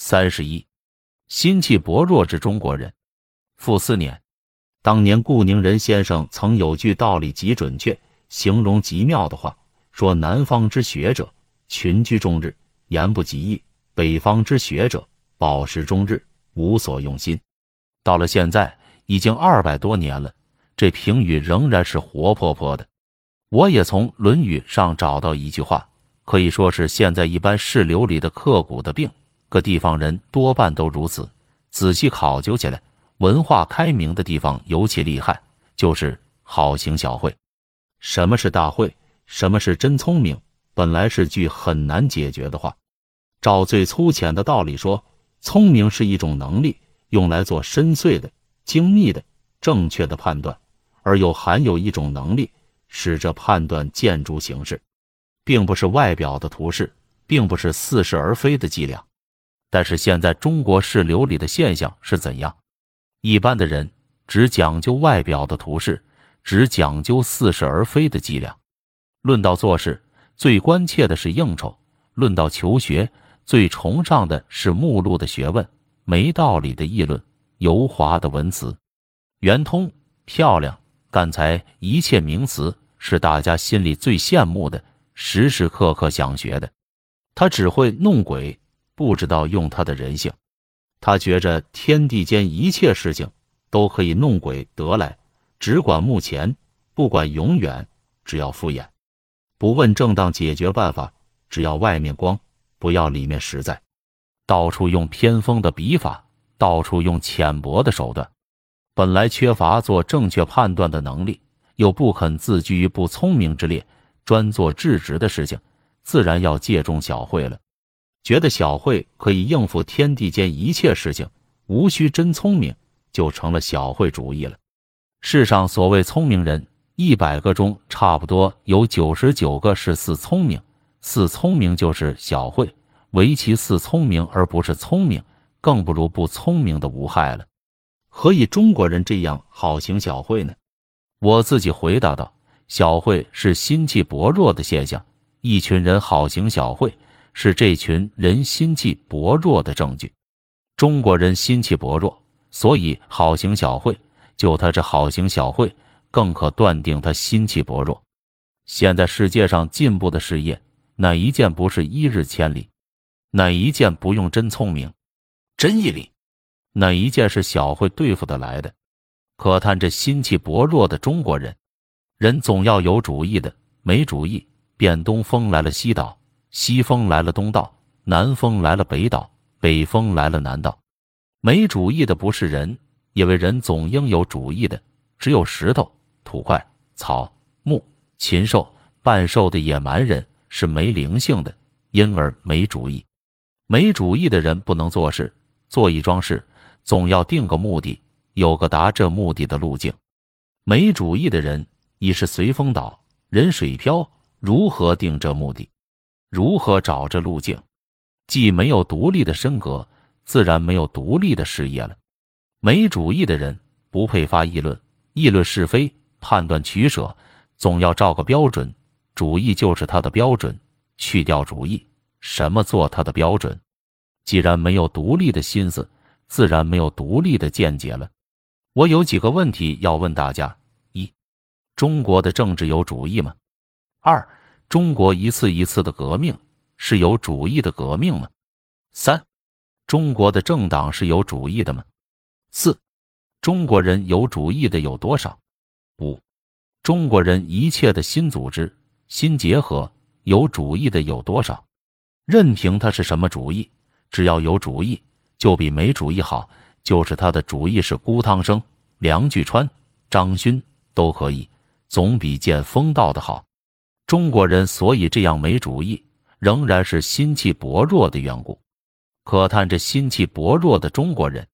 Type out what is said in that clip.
31心气薄弱之中国人。复4年，当年顾宁人先生曾有句道理极准确，形容极妙的话，说南方之学者群居终日，言不及义；北方之学者饱食终日，无所用心。到了现在已经200多年了，这评语仍然是活泼泼的。我也从《论语》上找到一句话，可以说是现在一般市流里的刻骨的病，各地方人多半都如此。仔细考究起来，文化开明的地方尤其厉害，就是好行小慧。什么是大慧？什么是真聪明？本来是句很难解决的话。照最粗浅的道理说，聪明是一种能力，用来做深邃的、精密的、正确的判断，而又含有一种能力，使这判断见诸形式，并不是外表的图示，并不是似是而非的伎俩。但是现在中国市流里的现象是怎样？一般的人只讲究外表的图示，只讲究似是而非的伎俩。论到做事，最关切的是应酬；论到求学，最崇尚的是目录的学问，没道理的议论，油滑的文词，圆通、漂亮、干才，一切名词是大家心里最羡慕的，时时刻刻想学的。他只会弄鬼，不知道用他的人性。他觉着天地间一切事情都可以弄鬼得来，只管目前，不管永远，只要敷衍，不问正当解决办法，只要外面光，不要里面实在。到处用偏锋的笔法，到处用浅薄的手段。本来缺乏做正确判断的能力，又不肯自居于不聪明之列，专做至直的事情，自然要借重小慧了。觉得小慧可以应付天地间一切事情，无需真聪明，就成了小慧主义了。世上所谓聪明人，100个中差不多有99个是似聪明，似聪明就是小慧，唯其似聪明而不是聪明，更不如不聪明的无害了。何以中国人这样好行小慧呢？我自己回答道，小慧是心气薄弱的现象，一群人好行小慧，是这群人心气薄弱的证据。中国人心气薄弱，所以好行小慧，就他这好行小慧，更可断定他心气薄弱。现在世界上进步的事业，哪一件不是一日千里？哪一件不用真聪明、真毅力？哪一件是小慧对付得来的？可叹这心气薄弱的中国人，人总要有主意的，没主意，便东风来了西倒，西风来了东倒，南风来了北倒，北风来了南倒。没主意的不是人，因为人总应有主意的，只有石头、土块、草、木、禽兽、半兽的野蛮人是没灵性的，因而没主意。没主意的人不能做事，做一桩事总要定个目的，有个达这目的的路径。没主意的人已是随风倒，人水漂，如何定这目的？如何找这路径？既没有独立的身格，自然没有独立的事业了。没主意的人不配发议论，议论是非，判断取舍，总要照个标准，主意就是他的标准，去掉主意，什么做他的标准？既然没有独立的心思，自然没有独立的见解了。我有几个问题要问大家：一、中国的政治有主意吗？二、中国一次一次的革命是有主意的革命吗？三、中国的政党是有主意的吗？四、中国人有主意的有多少？五、中国人一切的新组织、新结合有主意的有多少？任凭他是什么主意，只要有主意，就比没主意好，就是他的主意是辜汤生、梁巨川、张勋都可以，总比见风道的好。中国人所以这样没主意，仍然是心气薄弱的缘故。可叹这心气薄弱的中国人，